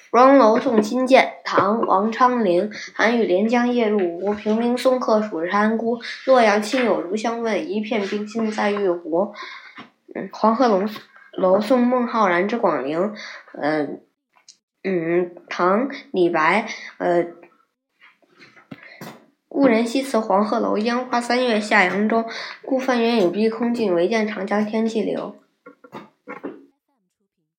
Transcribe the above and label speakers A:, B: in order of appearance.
A: 荣楼送辛渐，唐·王昌龄。寒雨连江夜入吴，平明送客蜀山孤。洛阳亲友如相问，一片冰心在玉壶。黄鹤楼送孟浩然之广陵。唐·李白。故人西辞黄鹤楼，烟花三月下扬州。孤帆远影碧空尽，唯见长江天际流。